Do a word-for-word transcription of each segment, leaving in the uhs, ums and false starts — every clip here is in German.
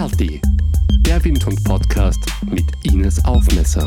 Healthy, der Windhund-Podcast mit Ines Aufmesser.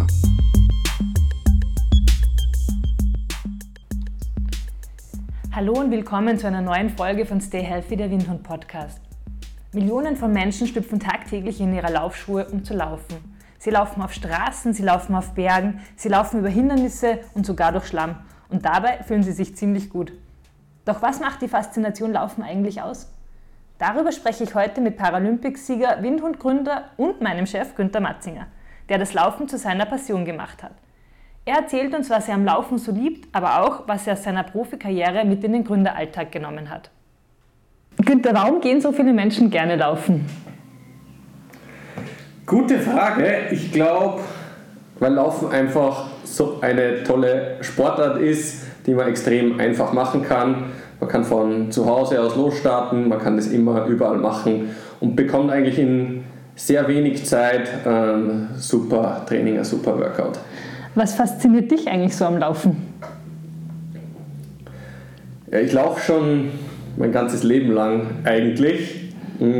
Hallo und willkommen zu einer neuen Folge von Stay Healthy, der Windhund-Podcast. Millionen von Menschen schlüpfen tagtäglich in ihre Laufschuhe, um zu laufen. Sie laufen auf Straßen, sie laufen auf Bergen, sie laufen über Hindernisse und sogar durch Schlamm. Und dabei fühlen sie sich ziemlich gut. Doch was macht die Faszination Laufen eigentlich aus? Darüber spreche ich heute mit Paralympicsieger, Windhundgründer und meinem Chef Günther Matzinger, der das Laufen zu seiner Passion gemacht hat. Er erzählt uns, was er am Laufen so liebt, aber auch, was er aus seiner Profikarriere mit in den Gründeralltag genommen hat. Günther, warum gehen so viele Menschen gerne laufen? Gute Frage. Ich glaube, weil Laufen einfach so eine tolle Sportart ist, die man extrem einfach machen kann. Man kann von zu Hause aus losstarten, man kann das immer überall machen und bekommt eigentlich in sehr wenig Zeit ein super Training, ein super Workout. Was fasziniert dich eigentlich so am Laufen? Ja, ich laufe schon mein ganzes Leben lang eigentlich.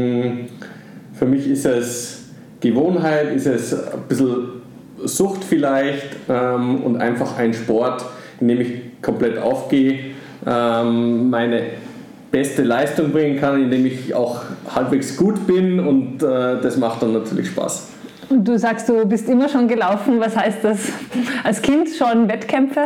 Für mich ist es Gewohnheit, ist es ein bisschen Sucht vielleicht und einfach ein Sport, in dem ich komplett aufgehe, meine beste Leistung bringen kann, indem ich auch halbwegs gut bin und äh, das macht dann natürlich Spaß. Und du sagst, du bist immer schon gelaufen. Was heißt das? Als Kind schon Wettkämpfe?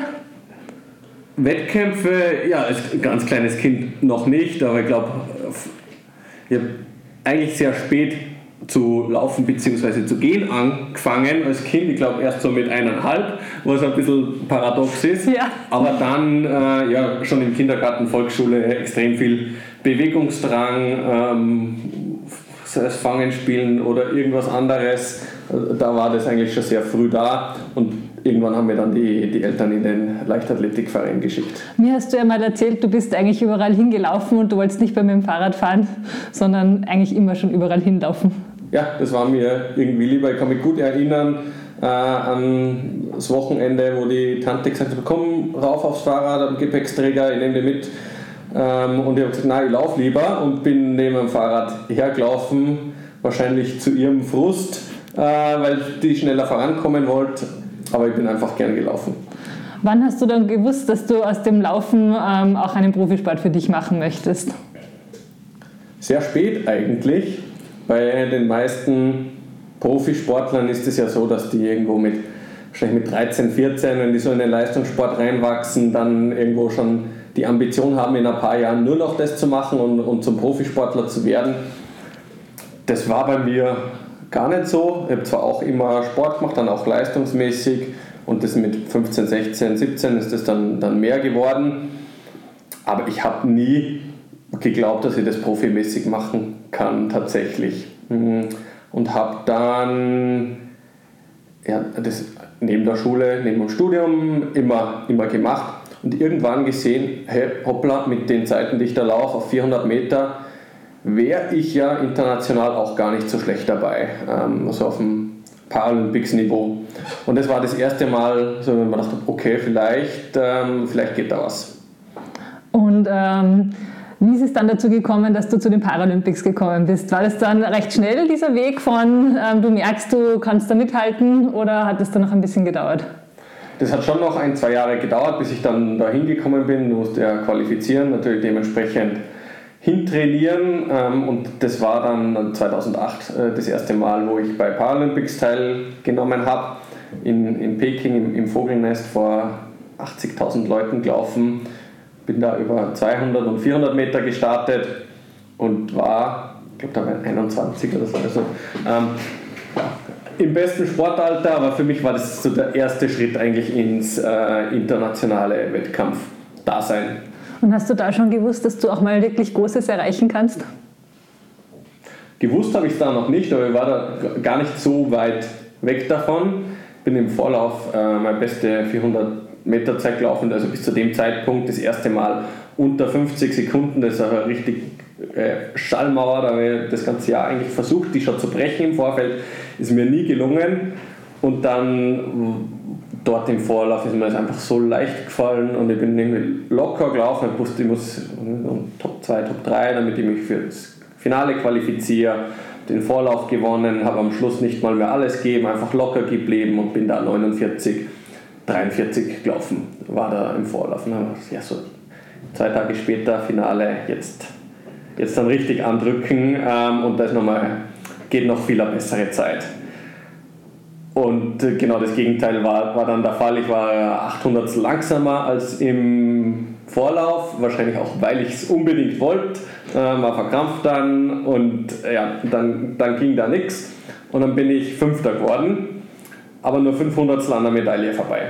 Wettkämpfe, ja, als ganz kleines Kind noch nicht, aber ich glaube, ich habe eigentlich sehr spät zu laufen bzw. zu gehen angefangen als Kind. Ich glaube erst so mit eineinhalb, was ein bisschen paradox ist. Ja. Aber dann äh, ja, schon im Kindergarten, Volksschule extrem viel Bewegungsdrang, ähm, sei es Fangen spielen oder irgendwas anderes. Da war das eigentlich schon sehr früh da und irgendwann haben wir dann die, die Eltern in den Leichtathletikverein geschickt. Mir hast du ja mal erzählt, du bist eigentlich überall hingelaufen und du wolltest nicht mehr mit dem Fahrrad fahren, sondern eigentlich immer schon überall hinlaufen. Ja, das war mir irgendwie lieber. Ich kann mich gut erinnern äh, an das Wochenende, wo die Tante gesagt hat, komm rauf aufs Fahrrad, am Gepäcksträger, ich nehme dich mit. Ähm, und ich habe gesagt, nein, ich laufe lieber und bin neben dem Fahrrad hergelaufen, wahrscheinlich zu ihrem Frust, äh, weil die schneller vorankommen wollte, aber ich bin einfach gern gelaufen. Wann hast du dann gewusst, dass du aus dem Laufen ähm, auch einen Profisport für dich machen möchtest? Sehr spät eigentlich. Bei den meisten Profisportlern ist es ja so, dass die irgendwo mit, wahrscheinlich mit dreizehn, vierzehn, wenn die so in den Leistungssport reinwachsen, dann irgendwo schon die Ambition haben, in ein paar Jahren nur noch das zu machen und, und zum Profisportler zu werden. Das war bei mir gar nicht so. Ich habe zwar auch immer Sport gemacht, dann auch leistungsmäßig und das mit fünfzehn, sechzehn, siebzehn ist das dann, dann mehr geworden. Aber ich habe nie geglaubt, dass ich das profimäßig machen kann tatsächlich. Und habe dann ja, das neben der Schule, neben dem Studium immer, immer gemacht und irgendwann gesehen, hey, hoppla, mit den Zeiten, die ich da laufe, auf vierhundert Meter, wäre ich ja international auch gar nicht so schlecht dabei, ähm, also auf dem Paralympics-Niveau. Und das war das erste Mal, so, wenn man dachte, okay, vielleicht, ähm, vielleicht geht da was. Und ähm wie ist es dann dazu gekommen, dass du zu den Paralympics gekommen bist? War das dann recht schnell, dieser Weg von, ähm, du merkst, du kannst da mithalten, oder hat es dann noch ein bisschen gedauert? Das hat schon noch ein, zwei Jahre gedauert, bis ich dann da hingekommen bin. Du musst ja qualifizieren, natürlich dementsprechend hintrainieren. Ähm, und das war dann zweitausendacht äh, das erste Mal, wo ich bei Paralympics teilgenommen habe. In, in Peking im, im Vogelnest vor achtzigtausend Leuten gelaufen. Bin da über zweihundert und vierhundert Meter gestartet und war, ich glaube, da war einundzwanzig oder so. Also, ähm, im besten Sportalter, aber für mich war das so der erste Schritt eigentlich ins äh, internationale Wettkampf-Dasein. Und hast du da schon gewusst, dass du auch mal wirklich Großes erreichen kannst? Gewusst habe ich es da noch nicht, aber ich war da gar nicht so weit weg davon. Bin im Vorlauf äh, meine beste vierhundert Meter Zeit gelaufen, also bis zu dem Zeitpunkt das erste Mal unter fünfzig Sekunden, das ist eine richtig äh, Schallmauer, da habe ich das ganze Jahr eigentlich versucht, die schon zu brechen im Vorfeld, ist mir nie gelungen und dann dort im Vorlauf ist mir das einfach so leicht gefallen und ich bin irgendwie locker gelaufen, ich wusste, ich muss um Top zwei, Top drei, damit ich mich für das Finale qualifiziere, den Vorlauf gewonnen, habe am Schluss nicht mal mehr alles gegeben, einfach locker geblieben und bin da neunundvierzig, dreiundvierzig gelaufen, war da im Vorlauf. Und dann war es, ja, so zwei Tage später Finale, jetzt, jetzt dann richtig andrücken ähm, und da ist nochmal, geht noch viel eine bessere Zeit. Und äh, genau das Gegenteil war, war dann der Fall. Ich war achthundert langsamer als im Vorlauf, wahrscheinlich auch, weil ich es unbedingt wollte, äh, war verkrampft dann und äh, ja, dann, dann ging da nichts und dann bin ich Fünfter geworden, aber nur fünfhundertstel an der Medaille vorbei.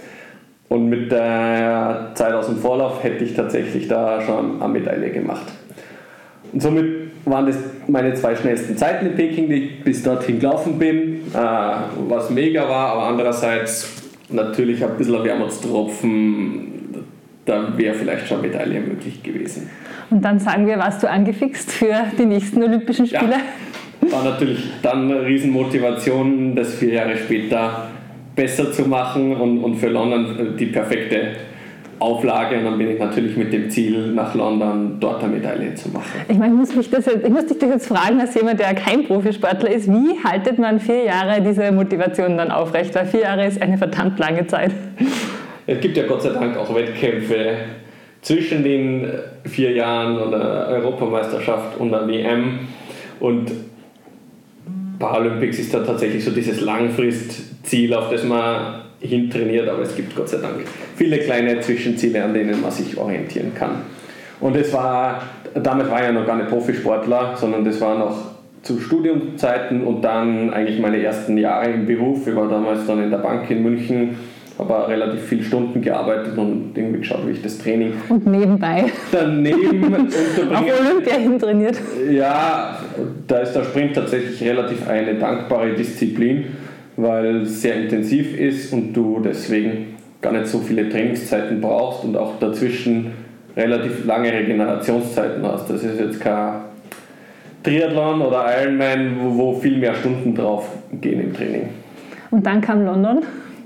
Und mit der Zeit aus dem Vorlauf hätte ich tatsächlich da schon eine Medaille gemacht. Und somit waren das meine zwei schnellsten Zeiten in Peking, die ich bis dorthin gelaufen bin, äh, was mega war, aber andererseits natürlich ein bisschen ein Wermutstropfen, da wäre vielleicht schon Medaille möglich gewesen. Und dann sagen wir, warst du angefixt für die nächsten Olympischen Spiele? Ja, war natürlich dann eine Riesenmotivation, das vier Jahre später besser zu machen und, und für London die perfekte Auflage, und dann bin ich natürlich mit dem Ziel nach London, dort eine Medaille zu machen. Ich meine, ich muss, mich das, ich muss dich das jetzt fragen, als jemand, der kein Profisportler ist, wie haltet man vier Jahre diese Motivation dann aufrecht? Weil vier Jahre ist eine verdammt lange Zeit. Es gibt ja Gott sei Dank auch Wettkämpfe zwischen den vier Jahren oder Europameisterschaft und der W M, und Paralympics ist da tatsächlich so dieses Langfristziel, auf das man hintrainiert, aber es gibt Gott sei Dank viele kleine Zwischenziele, an denen man sich orientieren kann. Und es war, damals war ich ja noch gar nicht Profisportler, sondern das war noch zu Studiumzeiten und dann eigentlich meine ersten Jahre im Beruf. Ich war damals dann in der Bank in München, habe relativ viele Stunden gearbeitet und irgendwie geschaut, wie ich das Training... Und nebenbei daneben auf Olympia hin trainiert. Ja, da ist der Sprint tatsächlich relativ eine dankbare Disziplin, weil es sehr intensiv ist und du deswegen gar nicht so viele Trainingszeiten brauchst und auch dazwischen relativ lange Regenerationszeiten hast. Das ist jetzt kein Triathlon oder Ironman, wo, wo viel mehr Stunden drauf gehen im Training. Und dann kam London?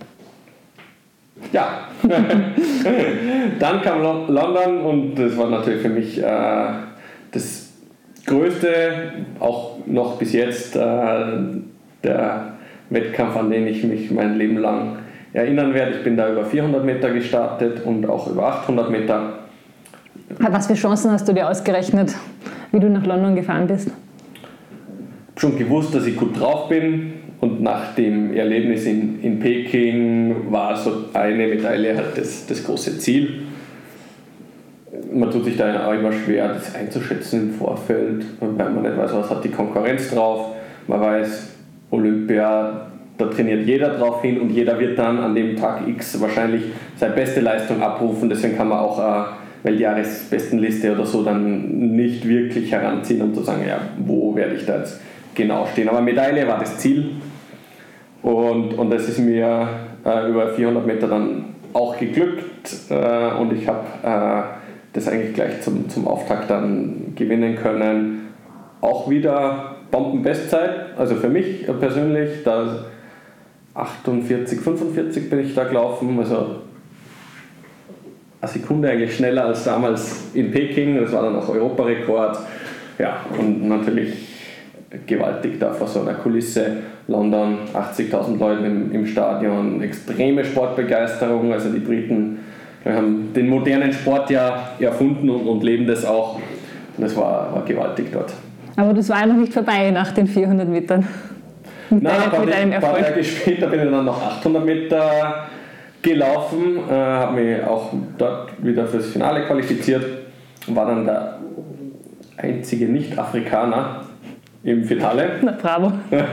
Ja, dann kam London und das war natürlich für mich äh, das Größte, auch noch bis jetzt äh, der Wettkampf, an den ich mich mein Leben lang erinnern werde. Ich bin da über vierhundert Meter gestartet und auch über achthundert Meter. Was für Chancen hast du dir ausgerechnet, wie du nach London gefahren bist? Ich habe schon gewusst, dass ich gut drauf bin, und nach dem Erlebnis in, in Peking war so eine Medaille halt das, das große Ziel. Man tut sich da auch immer schwer, das einzuschätzen im Vorfeld, weil man nicht weiß, was hat die Konkurrenz drauf. Man weiß, Olympia, da trainiert jeder drauf hin und jeder wird dann an dem Tag X wahrscheinlich seine beste Leistung abrufen. Deswegen kann man auch eine Weltjahresbestenliste oder so dann nicht wirklich heranziehen, um zu sagen, ja, wo werde ich da jetzt genau stehen. Aber Medaille war das Ziel, und, und das ist mir äh, über vierhundert Meter dann auch geglückt, äh, und ich habe äh, das eigentlich gleich zum, zum Auftakt dann gewinnen können. Auch wieder Bombenbestzeit, also für mich persönlich, da achtundvierzig, fünfundvierzig bin ich da gelaufen, also eine Sekunde eigentlich schneller als damals in Peking, das war dann auch Europarekord. Ja, und natürlich gewaltig da vor so einer Kulisse, London, achtzigtausend Leute im, im Stadion, extreme Sportbegeisterung, also die Briten haben den modernen Sport ja erfunden und, und leben das auch, und das war, war gewaltig dort. Aber das war ja noch nicht vorbei nach den vierhundert Metern. Nein, ein paar, ein paar Tage später bin ich dann noch achthundert Meter gelaufen, äh, habe mich auch dort wieder fürs Finale qualifiziert und war dann der einzige Nicht-Afrikaner im Finale. Na, bravo.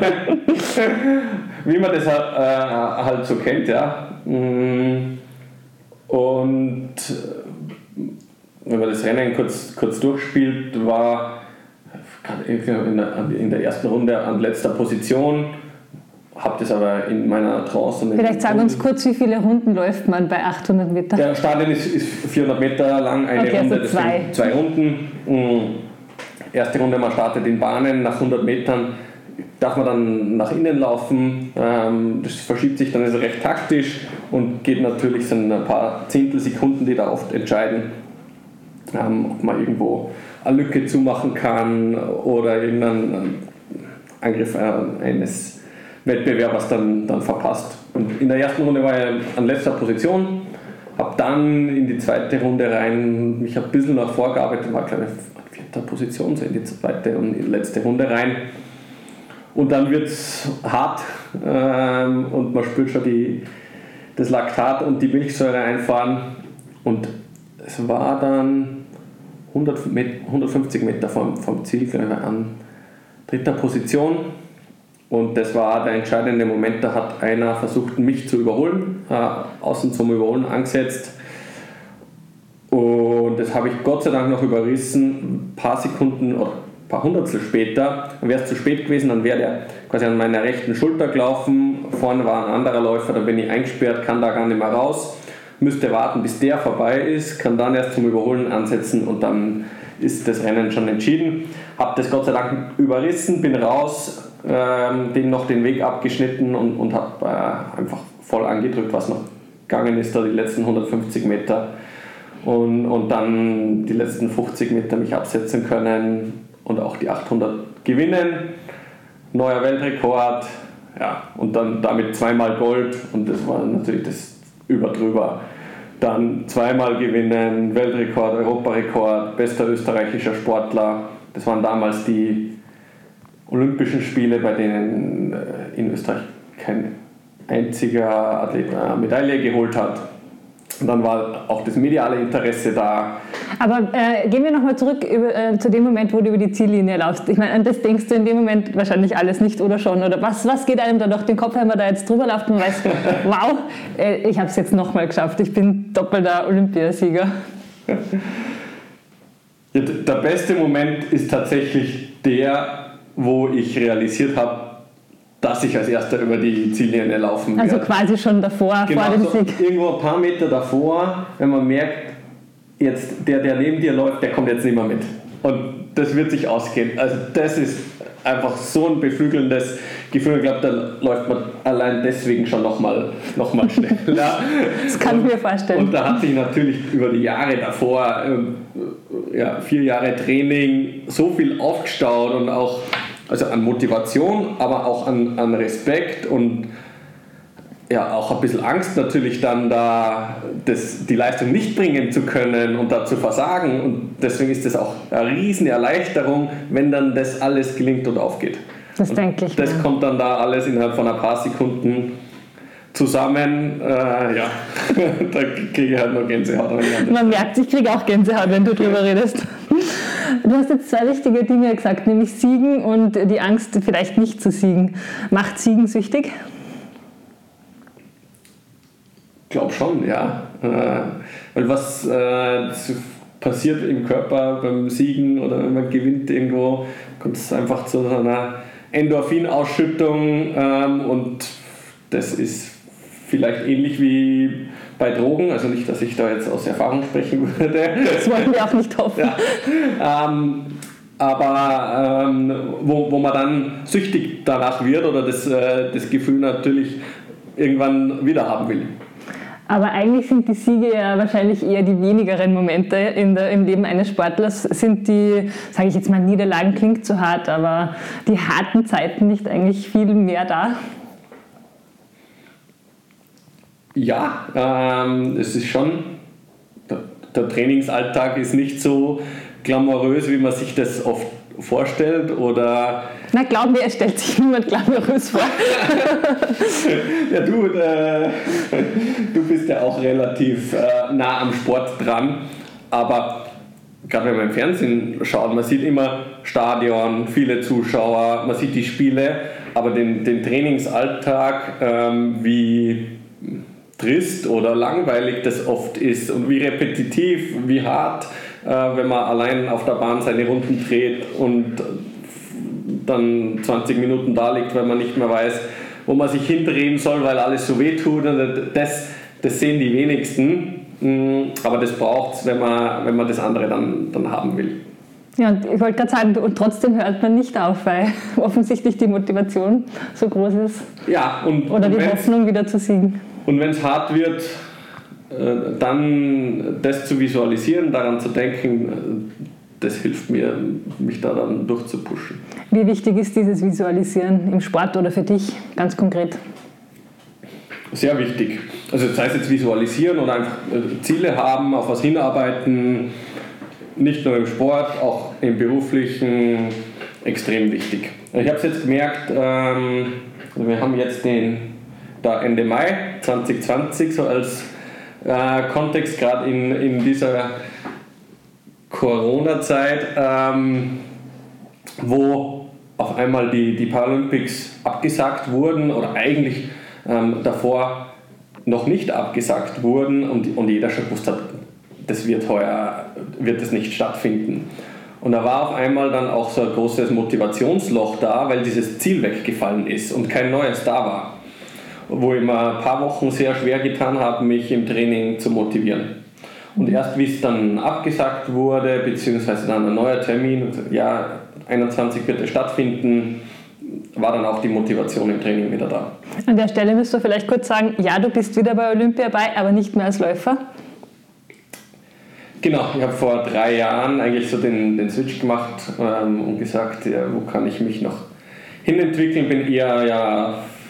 Wie man das halt, äh, halt so kennt, ja. Und wenn man das Rennen kurz, kurz durchspielt, war in der, in der ersten Runde an letzter Position, habe das aber in meiner Trance... Vielleicht sag uns kurz, wie viele Runden läuft man bei achthundert Metern? Der Stadion ist, ist vierhundert Meter lang, eine okay, Runde, also zwei. zwei Runden. Erste Runde, man startet in Bahnen, nach hundert Metern darf man dann nach innen laufen, das verschiebt sich dann also recht taktisch und geht natürlich, sind ein paar Zehntelsekunden, die da oft entscheiden. ähm, ob man irgendwo eine Lücke zumachen kann oder irgendeinen Angriff äh, eines Wettbewerbers dann, dann verpasst. Und in der ersten Runde war ich an letzter Position, habe dann in die zweite Runde rein mich ein bisschen nach vorgearbeitet, war glaube ich an vierter Position, so in die zweite und in die letzte Runde rein. Und dann wird es hart ähm, und man spürt schon die, das Laktat und die Milchsäure einfahren. Und es war dann hundert Met- hundertfünfzig Meter vom, vom Ziel, glaube ich, an dritter Position. Und das war der entscheidende Moment, da hat einer versucht, mich zu überholen, äh, außen zum Überholen angesetzt. Und das habe ich Gott sei Dank noch überrissen, ein paar Sekunden oder ein paar Hundertstel später. Dann wäre es zu spät gewesen, dann wäre der quasi an meiner rechten Schulter gelaufen. Vorne war ein anderer Läufer, da bin ich eingesperrt, kann da gar nicht mehr raus. Müsste warten, bis der vorbei ist, kann dann erst zum Überholen ansetzen und dann ist das Rennen schon entschieden. Habe das Gott sei Dank überrissen, bin raus, ähm, den noch den Weg abgeschnitten und, und habe äh, einfach voll angedrückt, was noch gegangen ist, da die letzten hundertfünfzig Meter und, und dann die letzten fünfzig Meter mich absetzen können und auch die achthundert gewinnen. Neuer Weltrekord, ja, und dann damit zweimal Gold und das war natürlich das über drüber. Dann zweimal gewinnen, Weltrekord, Europarekord, bester österreichischer Sportler. Das waren damals die Olympischen Spiele, bei denen in Österreich kein einziger Athlet eine Medaille geholt hat. Und dann war auch das mediale Interesse da. Aber äh, gehen wir nochmal zurück über, äh, zu dem Moment, wo du über die Ziellinie laufst. Ich meine, an das denkst du in dem Moment wahrscheinlich alles nicht oder schon? Oder was, was geht einem da durch den Kopf, wenn man da jetzt drüber läuft und weiß, wow, äh, ich habe es jetzt nochmal geschafft, ich bin doppelter Olympiasieger? Ja, der beste Moment ist tatsächlich der, wo ich realisiert habe, dass ich als Erster über die Ziellinie laufen werde. Also quasi schon davor, genau, vor dem so Sieg. Irgendwo ein paar Meter davor, wenn man merkt, jetzt der, der neben dir läuft, der kommt jetzt nicht mehr mit. Und das wird sich ausgehen. Also das ist einfach so ein beflügelndes Gefühl. Ich glaube, da läuft man allein deswegen schon nochmal noch mal schneller. Das kann und, ich mir vorstellen. Und da hat sich natürlich über die Jahre davor, äh, ja, vier Jahre Training, so viel aufgestaut und auch also an Motivation, aber auch an, an Respekt und ja, auch ein bisschen Angst natürlich dann da das, die Leistung nicht bringen zu können und da zu versagen. Und deswegen ist das auch eine riesen Erleichterung, wenn dann das alles gelingt und aufgeht. Das und denke ich. Das mir. kommt dann da alles innerhalb von ein paar Sekunden zusammen. Äh, ja, da kriege ich halt noch Gänsehaut. Man merkt, ich kriege auch Gänsehaut, wenn du drüber redest. Du hast jetzt zwei wichtige Dinge gesagt, nämlich Siegen und die Angst, vielleicht nicht zu siegen. Macht Siegen süchtig? Ich glaube schon, ja. Äh, weil was äh, passiert im Körper beim Siegen oder wenn man gewinnt irgendwo, kommt es einfach zu einer Endorphinausschüttung ähm, und das ist vielleicht ähnlich wie bei Drogen, also nicht, dass ich da jetzt aus Erfahrung sprechen würde. Das wollen wir auch nicht hoffen. Ja. Ähm, aber ähm, wo, wo man dann süchtig danach wird oder das, äh, das Gefühl natürlich irgendwann wieder haben will. Aber eigentlich sind die Siege ja wahrscheinlich eher die wenigeren Momente in der, im Leben eines Sportlers. Sind die, sage ich jetzt mal, Niederlagen klingt zu hart, aber die harten Zeiten nicht eigentlich viel mehr da? Ja, ähm, es ist schon, der, der Trainingsalltag ist nicht so glamourös, wie man sich das oft vorstellt, oder... Na, glaub mir, es stellt sich niemand glamourös vor. Ja, du, äh, du bist ja auch relativ äh, nah am Sport dran, aber gerade wenn man im Fernsehen schaut, man sieht immer Stadion, viele Zuschauer, man sieht die Spiele, aber den, den Trainingsalltag, ähm, wie trist oder langweilig das oft ist und wie repetitiv, wie hart, äh, wenn man allein auf der Bahn seine Runden dreht und dann zwanzig Minuten da liegt, weil man nicht mehr weiß, wo man sich hindrehen soll, weil alles so weh tut. Das, das sehen die wenigsten, aber das braucht es, wenn man, wenn man das andere dann, dann haben will. Ja, und ich wollte gerade sagen, und trotzdem hört man nicht auf, weil offensichtlich die Motivation so groß ist. Ja, und, Oder die und Hoffnung, wieder zu siegen. Und wenn es hart wird, äh, dann das zu visualisieren, daran zu denken, das hilft mir, mich da dann durchzupushen. Wie wichtig ist dieses Visualisieren im Sport oder für dich ganz konkret? Sehr wichtig. Also sei es jetzt visualisieren oder einfach Ziele haben, auf was hinarbeiten, nicht nur im Sport, auch im beruflichen, extrem wichtig. Ich habe es jetzt gemerkt, ähm, wir haben jetzt den da Ende Mai zwanzig zwanzig so als äh, Kontext, gerade in, in dieser Corona-Zeit, ähm, wo auf einmal die, die Paralympics abgesagt wurden oder eigentlich ähm, davor noch nicht abgesagt wurden und, und jeder schon gewusst hat, das wird heuer wird das nicht stattfinden. Und da war auf einmal dann auch so ein großes Motivationsloch da, weil dieses Ziel weggefallen ist und kein neues da war. Wo ich mir ein paar Wochen sehr schwer getan habe, mich im Training zu motivieren. Und erst wie es dann abgesagt wurde, beziehungsweise dann ein neuer Termin, ja, einundzwanzig wird es stattfinden, war dann auch die Motivation im Training wieder da. An der Stelle müsst du vielleicht kurz sagen, ja, du bist wieder bei Olympia dabei, aber nicht mehr als Läufer. Genau, ich habe vor drei Jahren eigentlich so den, den Switch gemacht ähm, und gesagt, ja, wo kann ich mich noch hinentwickeln, bin eher ja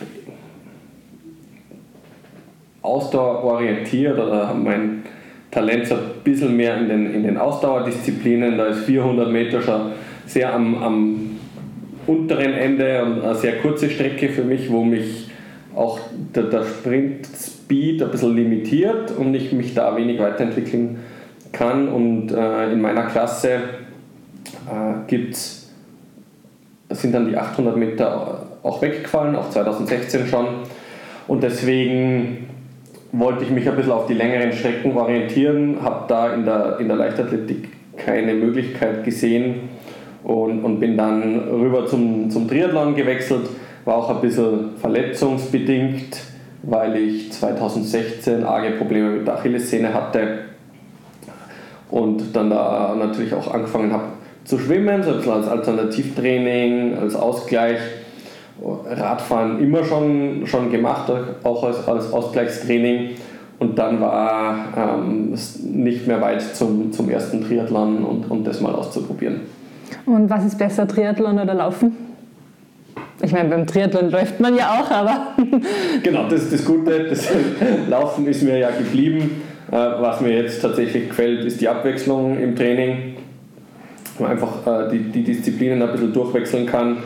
ausdauerorientiert oder habe mein Talent so ein bisschen mehr in den, in den Ausdauerdisziplinen. Da ist vierhundert Meter schon sehr am, am unteren Ende und eine sehr kurze Strecke für mich, wo mich auch der, der Sprint-Speed ein bisschen limitiert und ich mich da wenig weiterentwickeln kann. Und äh, in meiner Klasse äh, gibt's, sind dann die achthundert Meter auch weggefallen, auch zwanzig sechzehn schon. Und deswegen wollte ich mich ein bisschen auf die längeren Strecken orientieren, habe da in der, in der Leichtathletik keine Möglichkeit gesehen und, und bin dann rüber zum, zum Triathlon gewechselt, war auch ein bisschen verletzungsbedingt, weil ich zwanzig sechzehn arge Probleme mit der Achillessehne hatte und dann da natürlich auch angefangen habe zu schwimmen, so ein bisschen als Alternativtraining, als Ausgleich. Radfahren immer schon, schon gemacht, auch als, als Ausgleichstraining, und dann war ähm, es nicht mehr weit zum, zum ersten Triathlon und, und das mal auszuprobieren. Und was ist besser, Triathlon oder Laufen? Ich meine, beim Triathlon läuft man ja auch, aber... Genau, das ist das Gute, das Laufen ist mir ja geblieben. Äh, was mir jetzt tatsächlich gefällt, ist die Abwechslung im Training, wo man einfach äh, die, die Disziplinen ein bisschen durchwechseln kann.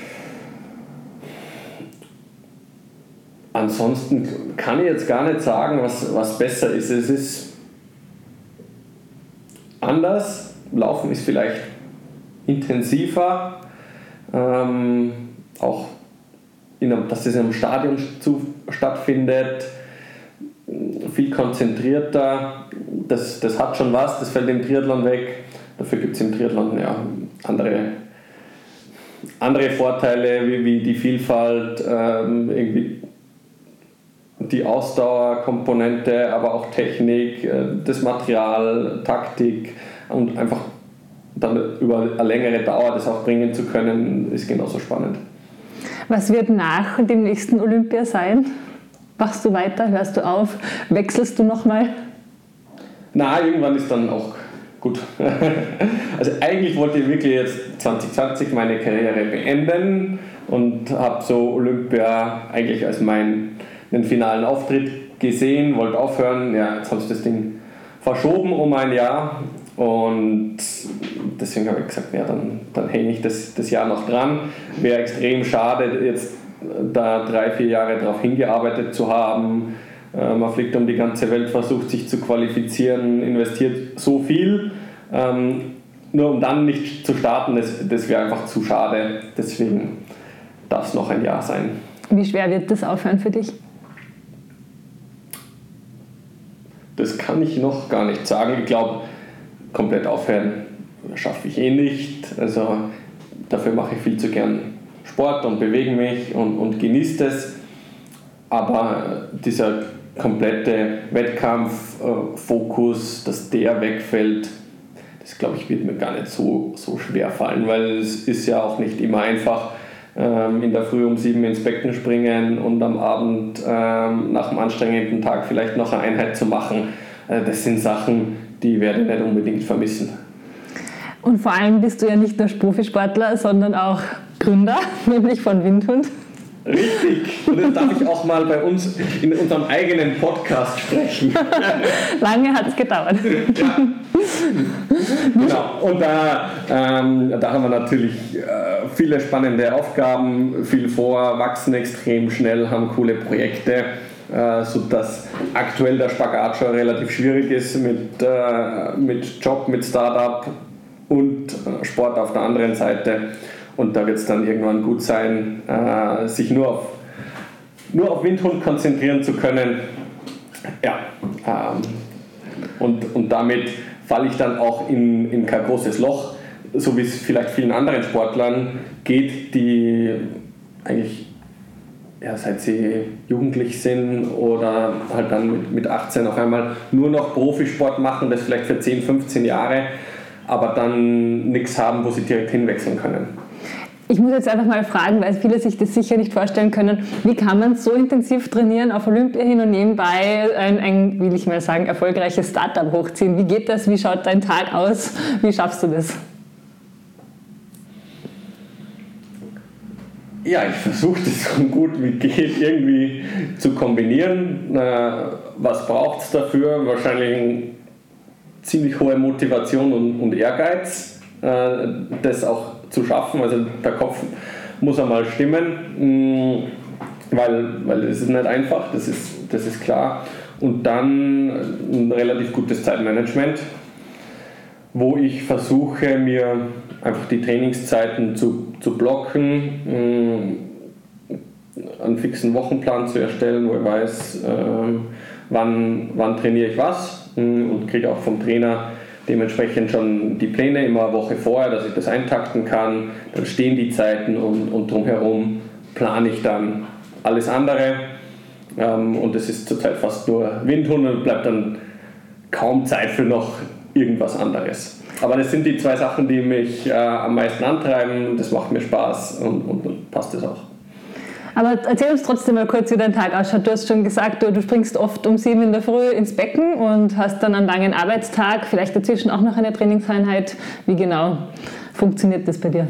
Ansonsten kann ich jetzt gar nicht sagen, was, was besser ist. Es ist anders. Laufen ist vielleicht intensiver. Ähm, auch in einem, dass es in einem Stadion zu, stattfindet. Viel konzentrierter. Das, das hat schon was. Das fällt im Triathlon weg. Dafür gibt es im Triathlon ja, andere, andere Vorteile, wie, wie die Vielfalt, ähm, irgendwie die Ausdauerkomponente, aber auch Technik, das Material, Taktik, und einfach dann über eine längere Dauer das auch bringen zu können, ist genauso spannend. Was wird nach dem nächsten Olympia sein? Machst du weiter? Hörst du auf? Wechselst du nochmal? Na, irgendwann ist dann auch gut. Also eigentlich wollte ich wirklich jetzt zwanzig zwanzig meine Karriere beenden und habe so Olympia eigentlich als meinen finalen Auftritt gesehen, wollte aufhören. Ja, jetzt habe ich das Ding verschoben um ein Jahr und deswegen habe ich gesagt, ja, dann, dann hänge ich das, das Jahr noch dran. Wäre extrem schade, jetzt da drei, vier Jahre darauf hingearbeitet zu haben. Man fliegt um die ganze Welt, versucht sich zu qualifizieren, investiert so viel, ähm, nur um dann nicht zu starten, das, das wäre einfach zu schade. Deswegen darf es noch ein Jahr sein. Wie schwer wird das Aufhören für dich? Das kann ich noch gar nicht sagen. Ich glaube, komplett aufhören schaffe ich eh nicht. Also dafür mache ich viel zu gern Sport und bewege mich und, und genieße das. Aber dieser komplette Wettkampffokus, dass der wegfällt, das glaube ich, wird mir gar nicht so, so schwer fallen, weil es ist ja auch nicht immer einfach, ähm, in der Früh um sieben ins Becken springen und am Abend ähm, nach einem anstrengenden Tag vielleicht noch eine Einheit zu machen. Äh, das sind Sachen, die werde ich nicht unbedingt vermissen. Und vor allem bist du ja nicht nur Profisportler, sondern auch Gründer, nämlich von Windhund. Richtig, und das darf ich auch mal bei uns in unserem eigenen Podcast sprechen. Lange hat es gedauert. Ja. Genau, und da, ähm, da haben wir natürlich äh, viele spannende Aufgaben, viel vor, wachsen extrem schnell, haben coole Projekte, äh, sodass aktuell der Spagat schon relativ schwierig ist mit, äh, mit Job, mit Startup und äh, Sport auf der anderen Seite. Und da wird es dann irgendwann gut sein, äh, sich nur auf, nur auf Windhund konzentrieren zu können. Ja, ähm, und, und damit falle ich dann auch in, in kein großes Loch, so wie es vielleicht vielen anderen Sportlern geht, die eigentlich ja, seit sie jugendlich sind oder halt dann mit, mit achtzehn auf einmal nur noch Profisport machen, das vielleicht für zehn, fünfzehn Jahre, aber dann nichts haben, wo sie direkt hinwechseln können. Ich muss jetzt einfach mal fragen, weil viele sich das sicher nicht vorstellen können, wie kann man so intensiv trainieren, auf Olympia hin und nebenbei ein, ein, will ich mal sagen, erfolgreiches Startup hochziehen? Wie geht das? Wie schaut dein Tag aus? Wie schaffst du das? Ja, ich versuche das so gut wie geht irgendwie zu kombinieren. Was braucht es dafür? Wahrscheinlich eine ziemlich hohe Motivation und, und Ehrgeiz, das auch zu schaffen. Also der Kopf muss einmal stimmen, weil, weil das ist nicht einfach, das ist, das ist klar. Und dann ein relativ gutes Zeitmanagement, wo ich versuche, mir einfach die Trainingszeiten zu, zu blocken, einen fixen Wochenplan zu erstellen, wo ich weiß, wann, wann trainiere ich was, und kriege auch vom Trainer dementsprechend schon die Pläne immer eine Woche vorher, dass ich das eintakten kann. Dann stehen die Zeiten und, und drumherum plane ich dann alles andere. Ähm, und es ist zurzeit fast nur Windhund und bleibt dann kaum Zeit für noch irgendwas anderes. Aber das sind die zwei Sachen, die mich äh, am meisten antreiben. Das macht mir Spaß und, und, und passt es auch. Aber erzähl uns trotzdem mal kurz, wie dein Tag ausschaut. Du hast schon gesagt, du, du springst oft um sieben in der Früh ins Becken und hast dann einen langen Arbeitstag, vielleicht dazwischen auch noch eine Trainingseinheit. Wie genau funktioniert das bei dir?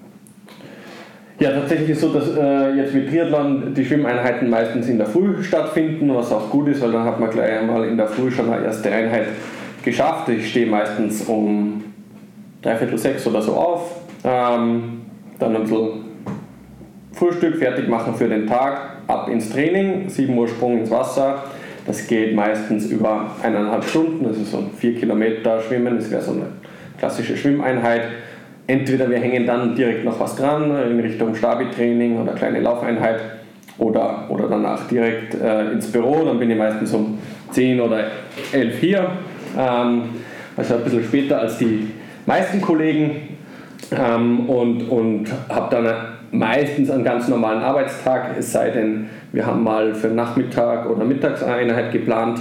Ja, tatsächlich ist es so, dass äh, jetzt mit Triathlon die Schwimmeinheiten meistens in der Früh stattfinden, was auch gut ist, weil dann hat man gleich einmal in der Früh schon eine erste Einheit geschafft. Ich stehe meistens um dreiviertel sechs oder so auf, ähm, dann ein bisschen Frühstück fertig machen für den Tag, ab ins Training, sieben Uhr Sprung ins Wasser. Das geht meistens über eineinhalb Stunden, das ist so vier Kilometer Schwimmen, das wäre so eine klassische Schwimmeinheit. Entweder wir hängen dann direkt noch was dran in Richtung Stabi-Training oder kleine Laufeinheit oder, oder danach direkt äh, ins Büro, dann bin ich meistens um zehn oder elf hier, ähm, also ein bisschen später als die meisten Kollegen, ähm, und, und habe dann meistens einen ganz normalen Arbeitstag, es sei denn, wir haben mal für Nachmittag oder Mittagseinheit geplant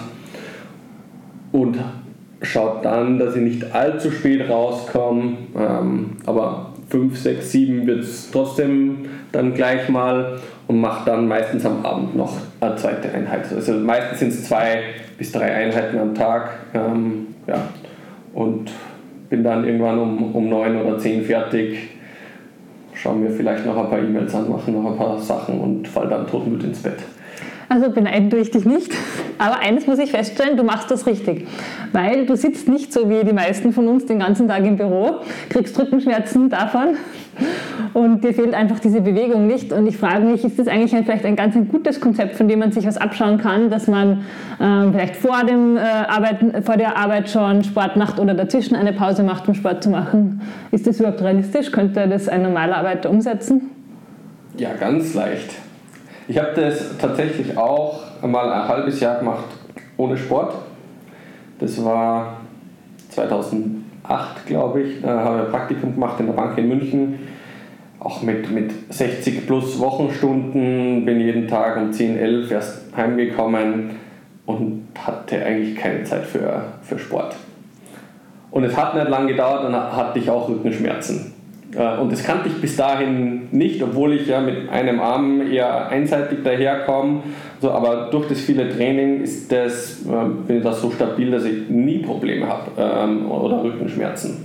und schaut dann, dass ich nicht allzu spät rauskomme, ähm, aber fünf, sechs, sieben wird es trotzdem dann gleich mal und mache dann meistens am Abend noch eine zweite Einheit. Also meistens sind es zwei bis drei Einheiten am Tag, ähm, ja, und bin dann irgendwann um, um neun oder zehn fertig, schauen wir vielleicht noch ein paar E-Mails an, machen noch ein paar Sachen und fall dann todmüde ins Bett. Also beneiden tue ich dich nicht, aber eines muss ich feststellen, du machst das richtig, weil du sitzt nicht so wie die meisten von uns den ganzen Tag im Büro, kriegst Rückenschmerzen davon und dir fehlt einfach diese Bewegung nicht und ich frage mich, ist das eigentlich ein, vielleicht ein ganz ein gutes Konzept, von dem man sich was abschauen kann, dass man ähm, vielleicht vor, dem, äh, Arbeiten, vor der Arbeit schon Sport macht oder dazwischen eine Pause macht, um Sport zu machen? Ist das überhaupt realistisch? Könnte das ein normaler Arbeiter umsetzen? Ja, ganz leicht. Ich habe das tatsächlich auch mal ein halbes Jahr gemacht ohne Sport. Das war zweitausendacht, glaube ich. Da habe ich ein Praktikum gemacht in der Bank in München. Auch mit, mit sechzig plus Wochenstunden, bin jeden Tag um zehn, elf erst heimgekommen und hatte eigentlich keine Zeit für, für Sport. Und es hat nicht lange gedauert, dann hatte ich auch Rückenschmerzen. Und das kannte ich bis dahin nicht, obwohl ich ja mit einem Arm eher einseitig daherkomme. So, aber durch das viele Training ist das, bin ich das so stabil, dass ich nie Probleme habe ähm, oder Rückenschmerzen.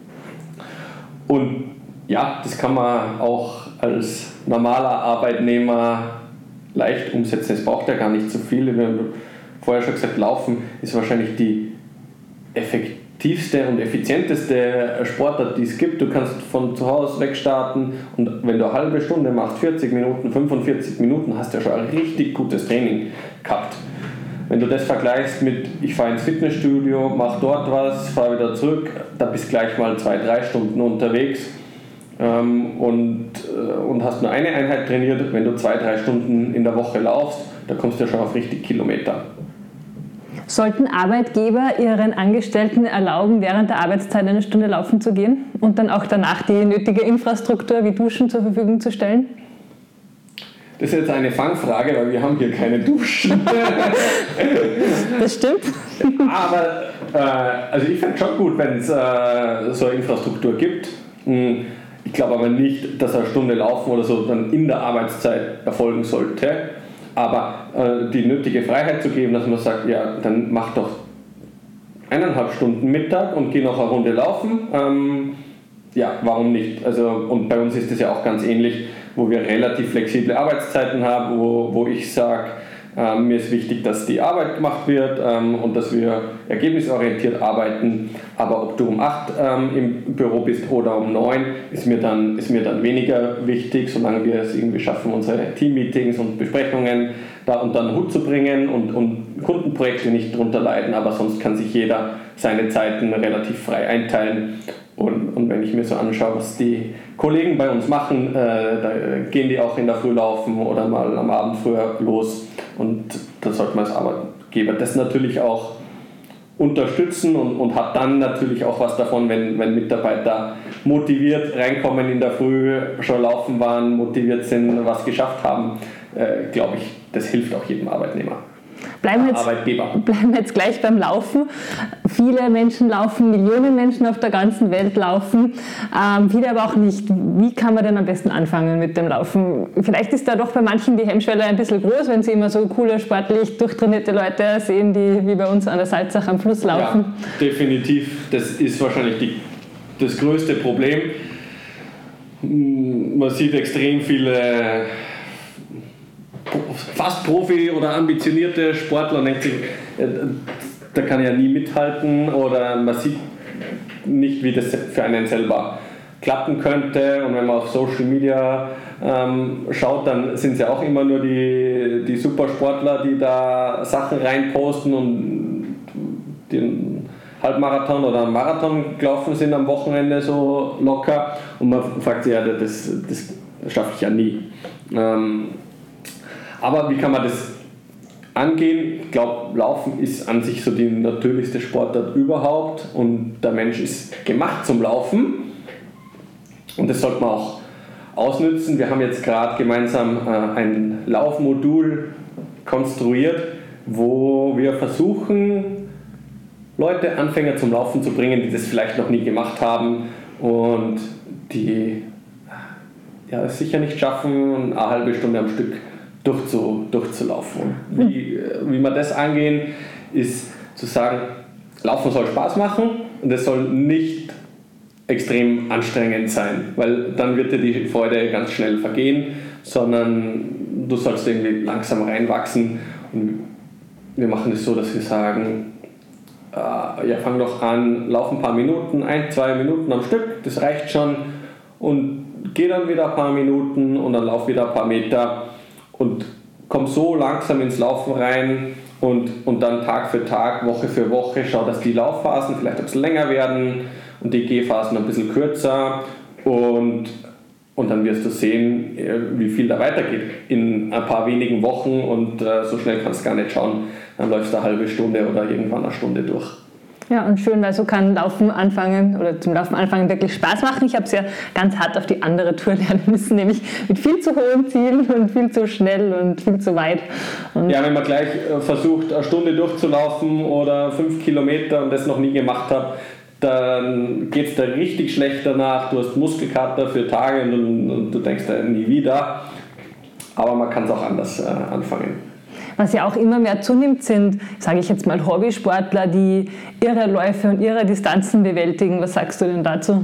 Und ja, das kann man auch als normaler Arbeitnehmer leicht umsetzen. Es braucht ja gar nicht so viel. Wir haben vorher schon gesagt, Laufen ist wahrscheinlich die effektivste und effizienteste Sportart, die es gibt. Du kannst von zu Hause weg starten und wenn du eine halbe Stunde machst, vierzig Minuten, fünfundvierzig Minuten, hast du ja schon ein richtig gutes Training gehabt. Wenn du das vergleichst mit, ich fahre ins Fitnessstudio, mache dort was, fahre wieder zurück, da bist du gleich mal zwei, drei Stunden unterwegs ähm, und, äh, und hast nur eine Einheit trainiert. Wenn du zwei, drei Stunden in der Woche laufst, da kommst du ja schon auf richtig Kilometer. Sollten Arbeitgeber ihren Angestellten erlauben, während der Arbeitszeit eine Stunde laufen zu gehen und dann auch danach die nötige Infrastruktur wie Duschen zur Verfügung zu stellen? Das ist jetzt eine Fangfrage, weil wir haben hier keine Duschen. Das stimmt. Aber äh, also ich finde es schon gut, wenn es äh, so eine Infrastruktur gibt. Ich glaube aber nicht, dass eine Stunde Laufen oder so dann in der Arbeitszeit erfolgen sollte. Aber äh, die nötige Freiheit zu geben, dass man sagt, ja, dann mach doch eineinhalb Stunden Mittag und geh noch eine Runde laufen. Ähm, ja, warum nicht? Also, und bei uns ist es ja auch ganz ähnlich, wo wir relativ flexible Arbeitszeiten haben, wo, wo ich sage, äh, mir ist wichtig, dass die Arbeit gemacht wird ähm, und dass wir ergebnisorientiert arbeiten. Aber ob du um acht ähm, im Büro bist oder um neun, ist mir dann, ist mir dann weniger wichtig, solange wir es irgendwie schaffen, unsere Teammeetings und Besprechungen da unter den Hut zu bringen und, und Kundenprojekte nicht drunter leiden. Aber sonst kann sich jeder seine Zeiten relativ frei einteilen. Und, und wenn ich mir so anschaue, was die Kollegen bei uns machen, äh, da gehen die auch in der Früh laufen oder mal am Abend früher los. Und da sollte man als Arbeitgeber das natürlich auch unterstützen und, und hat dann natürlich auch was davon, wenn, wenn Mitarbeiter motiviert reinkommen in der Früh, schon laufen waren, motiviert sind, was geschafft haben. Äh, glaube ich, das hilft auch jedem Arbeitnehmer. Bleiben wir, jetzt, bleiben wir jetzt gleich beim Laufen. Viele Menschen laufen, Millionen Menschen auf der ganzen Welt laufen, ähm, viele aber auch nicht. Wie kann man denn am besten anfangen mit dem Laufen? Vielleicht ist da doch bei manchen die Hemmschwelle ein bisschen groß, wenn sie immer so coole, sportlich durchtrainierte Leute sehen, die wie bei uns an der Salzach am Fluss laufen. Ja, definitiv. Das ist wahrscheinlich die, das größte Problem. Man sieht extrem viele fast Profi oder ambitionierte Sportler und denkt sich, da kann ich ja nie mithalten oder man sieht nicht, wie das für einen selber klappen könnte. Und wenn man auf Social Media ähm, schaut, dann sind es ja auch immer nur die, die Supersportler, die da Sachen reinposten und den Halbmarathon oder einen Marathon gelaufen sind am Wochenende so locker und man fragt sich, ja, das, das schaffe ich ja nie. Ähm, Aber wie kann man das angehen? Ich glaube, Laufen ist an sich so die natürlichste Sportart überhaupt und der Mensch ist gemacht zum Laufen und das sollte man auch ausnutzen. Wir haben jetzt gerade gemeinsam äh, ein Laufmodul konstruiert, wo wir versuchen, Leute, Anfänger zum Laufen zu bringen, die das vielleicht noch nie gemacht haben und die ja, es sicher nicht schaffen, eine halbe Stunde am Stück Durchzu, durchzulaufen. Wie, wie wir das angehen, ist zu sagen, Laufen soll Spaß machen und es soll nicht extrem anstrengend sein, weil dann wird dir die Freude ganz schnell vergehen, sondern du sollst irgendwie langsam reinwachsen und wir machen es so, dass wir sagen, äh, ja, fang doch an, lauf ein paar Minuten, ein, zwei Minuten am Stück, das reicht schon und geh dann wieder ein paar Minuten und dann lauf wieder ein paar Meter und komm so langsam ins Laufen rein und, und dann Tag für Tag, Woche für Woche, schau, dass die Laufphasen vielleicht ein bisschen länger werden und die Gehphasen ein bisschen kürzer und, und dann wirst du sehen, wie viel da weitergeht in ein paar wenigen Wochen und äh, so schnell kannst du gar nicht schauen, dann läufst du eine halbe Stunde oder irgendwann eine Stunde durch. Ja, und schön, weil so kann Laufen anfangen oder zum Laufen anfangen wirklich Spaß machen. Ich habe es ja ganz hart auf die andere Tour lernen müssen, nämlich mit viel zu hohen Zielen und viel zu schnell und viel zu weit. Und ja, wenn man gleich versucht, eine Stunde durchzulaufen oder fünf Kilometer und das noch nie gemacht hat, dann geht es dir richtig schlecht danach, du hast Muskelkater für Tage und, und du denkst da nie wieder. Aber man kann es auch anders äh, anfangen. Was ja auch immer mehr zunimmt, sind, sage ich jetzt mal, Hobbysportler, die ihre Läufe und ihre Distanzen bewältigen. Was sagst du denn dazu?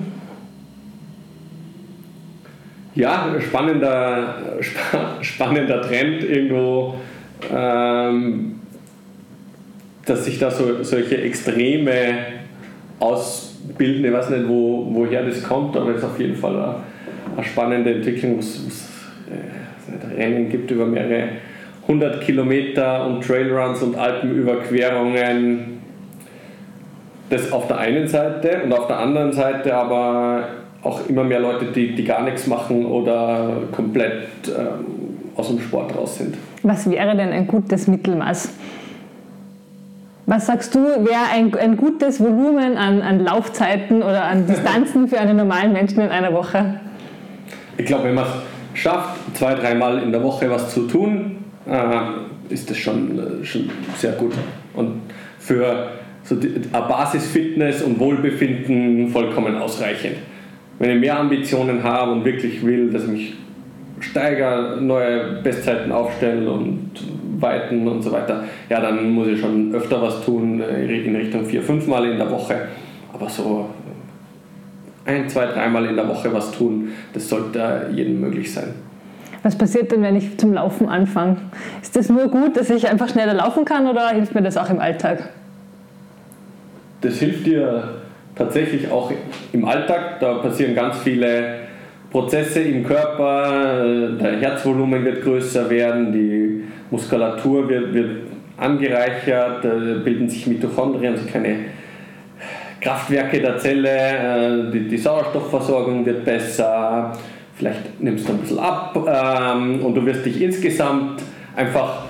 Ja, spannender, spannender Trend irgendwo, ähm, dass sich da so, solche Extreme ausbilden. Ich weiß nicht, wo, woher das kommt, aber es ist auf jeden Fall eine, eine spannende Entwicklung, wo es äh, Rennen gibt über mehrere hundert Kilometer und Trailruns und Alpenüberquerungen. Das auf der einen Seite und auf der anderen Seite aber auch immer mehr Leute, die, die gar nichts machen oder komplett ähm, aus dem Sport raus sind. Was wäre denn ein gutes Mittelmaß? Was sagst du, wäre ein, ein gutes Volumen an, an Laufzeiten oder an Distanzen für einen normalen Menschen in einer Woche? Ich glaube, wenn man es schafft, zwei, dreimal in der Woche was zu tun, äh, ist das schon, äh, schon sehr gut. Und für so die, eine Basisfitness und Wohlbefinden vollkommen ausreichend. Wenn ich mehr Ambitionen habe und wirklich will, dass ich mich steigere, neue Bestzeiten aufstelle und weiten und so weiter, ja, dann muss ich schon öfter was tun, in Richtung vier, fünf Mal in der Woche. Aber so ein, zwei, dreimal in der Woche was tun, das sollte jedem möglich sein. Was passiert denn, wenn ich zum Laufen anfange? Ist das nur gut, dass ich einfach schneller laufen kann oder hilft mir das auch im Alltag? Das hilft dir tatsächlich auch im Alltag. Da passieren ganz viele Prozesse im Körper, dein Herzvolumen wird größer werden, die Muskulatur wird, wird angereichert, da bilden sich Mitochondrien, also kleine Kraftwerke der Zelle, die, die Sauerstoffversorgung wird besser, vielleicht nimmst du ein bisschen ab ähm, und du wirst dich insgesamt einfach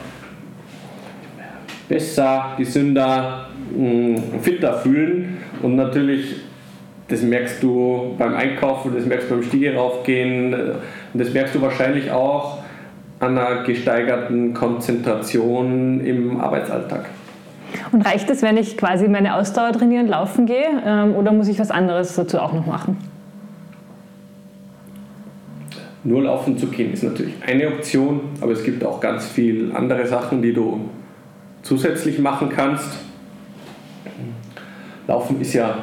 besser, gesünder, mh, fitter fühlen und natürlich, das merkst du beim Einkaufen, das merkst du beim Stiege raufgehen und das merkst du wahrscheinlich auch an einer gesteigerten Konzentration im Arbeitsalltag. Und reicht es, wenn ich quasi meine Ausdauer trainieren, laufen gehe ähm, oder muss ich was anderes dazu auch noch machen? Nur laufen zu gehen ist natürlich eine Option, aber es gibt auch ganz viele andere Sachen, die du zusätzlich machen kannst. Laufen ist ja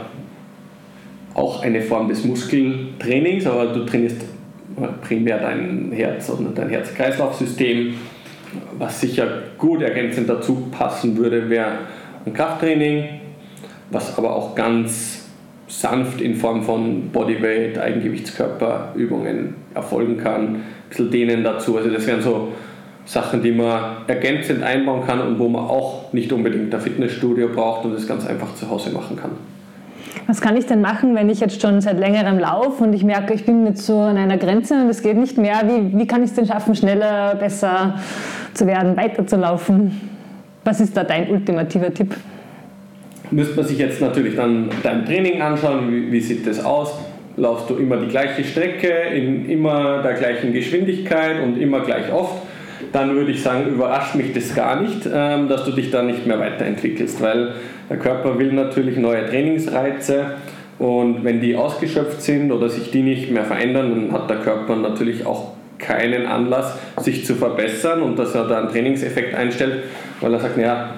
auch eine Form des Muskeltrainings, aber du trainierst primär dein Herz und dein Herz-Kreislauf-System. Was sicher gut ergänzend dazu passen würde, wäre ein Krafttraining, was aber auch ganz sanft in Form von Bodyweight, Eigengewichtskörperübungen erfolgen kann. Ein bisschen Dehnen dazu. Also das wären so Sachen, die man ergänzend einbauen kann und wo man auch nicht unbedingt ein Fitnessstudio braucht und das ganz einfach zu Hause machen kann. Was kann ich denn machen, wenn ich jetzt schon seit längerem laufe und ich merke, ich bin jetzt so an einer Grenze und es geht nicht mehr? Wie, wie kann ich es denn schaffen, schneller, besser zu werden, weiterzulaufen? Was ist da dein ultimativer Tipp? Müsste man sich jetzt natürlich dann dein Training anschauen, wie, wie sieht das aus? Laufst du immer die gleiche Strecke, in immer der gleichen Geschwindigkeit und immer gleich oft? Dann würde ich sagen, überrascht mich das gar nicht, dass du dich da nicht mehr weiterentwickelst, weil der Körper will natürlich neue Trainingsreize und wenn die ausgeschöpft sind oder sich die nicht mehr verändern, dann hat der Körper natürlich auch keinen Anlass, sich zu verbessern und dass er da einen Trainingseffekt einstellt, weil er sagt, naja,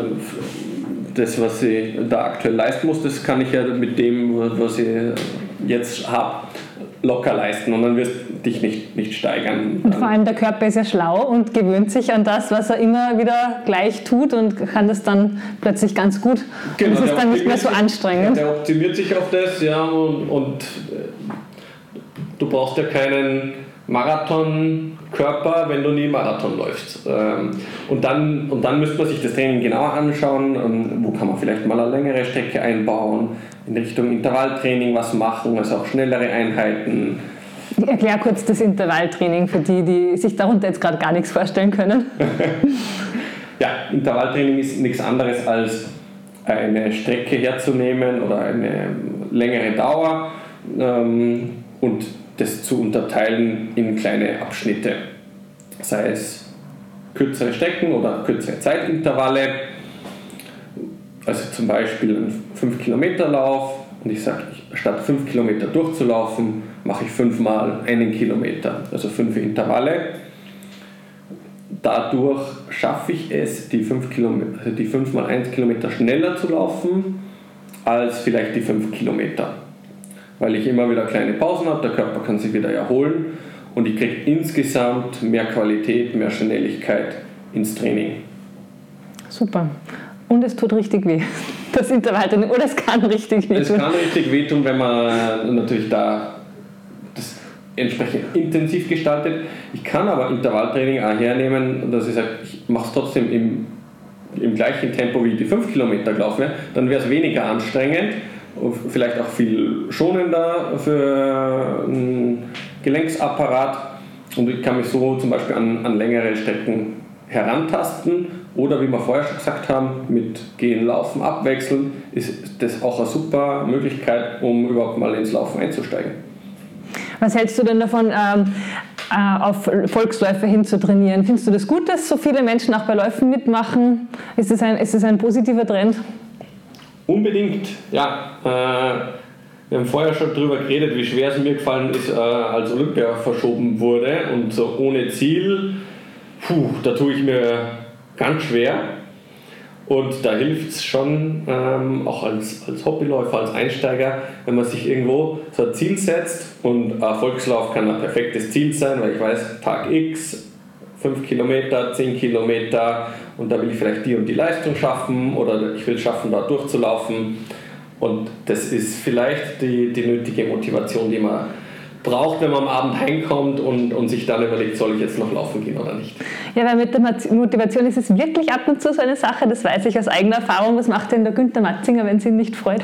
das, was ich da aktuell leisten muss, das kann ich ja mit dem, was ich jetzt habe, locker leisten und dann wirst du dich nicht, nicht steigern. Und vor allem der Körper ist ja schlau und gewöhnt sich an das, was er immer wieder gleich tut und kann das dann plötzlich ganz gut. Genau, und es ist dann nicht mehr so anstrengend. Der optimiert sich auf das, ja, und, und du brauchst ja keinen Marathonkörper, wenn du nie Marathon läufst. Und dann, und dann müsste man sich das Training genauer anschauen, wo kann man vielleicht mal eine längere Strecke einbauen, in Richtung Intervalltraining was machen, also auch schnellere Einheiten. Ich erkläre kurz das Intervalltraining für die, die sich darunter jetzt gerade gar nichts vorstellen können. Ja, Intervalltraining ist nichts anderes als eine Strecke herzunehmen oder eine längere Dauer und das zu unterteilen in kleine Abschnitte, sei es kürzere Strecken oder kürzere Zeitintervalle, also zum Beispiel ein fünf Kilometer Lauf und ich sage, statt fünf Kilometer durchzulaufen, mache ich fünfmal einen Kilometer, also fünf Intervalle. Dadurch schaffe ich es, die fünf Kilometer, also die fünf mal eins Kilometer schneller zu laufen, als vielleicht die fünf Kilometer. Weil ich immer wieder kleine Pausen habe, der Körper kann sich wieder erholen und ich kriege insgesamt mehr Qualität, mehr Schnelligkeit ins Training. Super. Und es tut richtig weh, das Intervalltraining, oder es kann richtig wehtun. Es kann richtig wehtun, wenn man natürlich da das entsprechend intensiv gestaltet. Ich kann aber Intervalltraining auch hernehmen, dass ich sage, ich mache es trotzdem im, im gleichen Tempo wie die fünf Kilometer gelaufen wäre, dann wäre es weniger anstrengend, vielleicht auch viel schonender für einen Gelenksapparat und ich kann mich so zum Beispiel an, an längere Strecken herantasten oder wie wir vorher schon gesagt haben, mit Gehen, Laufen abwechseln, ist das auch eine super Möglichkeit, um überhaupt mal ins Laufen einzusteigen. Was hältst du denn davon, ähm, äh, auf Volksläufe hin zu trainieren? Findest du das gut, dass so viele Menschen auch bei Läufen mitmachen? Ist es ein, ist es ein positiver Trend? Unbedingt, ja. Äh, wir haben vorher schon darüber geredet, wie schwer es mir gefallen ist, äh, als Olympia verschoben wurde und so ohne Ziel, puh, da tue ich mir ganz schwer. Und da hilft es schon, ähm, auch als, als Hobbyläufer, als Einsteiger, wenn man sich irgendwo so ein Ziel setzt und ein Volkslauf kann ein perfektes Ziel sein, weil ich weiß, Tag X, fünf Kilometer, zehn Kilometer und da will ich vielleicht die und die Leistung schaffen oder ich will es schaffen, da durchzulaufen. Und das ist vielleicht die, die nötige Motivation, die man braucht, wenn man am Abend heimkommt und, und sich dann überlegt, soll ich jetzt noch laufen gehen oder nicht. Ja, weil mit der Motivation ist es wirklich ab und zu so eine Sache, das weiß ich aus eigener Erfahrung. Was macht denn der Günther Matzinger, wenn es ihn nicht freut?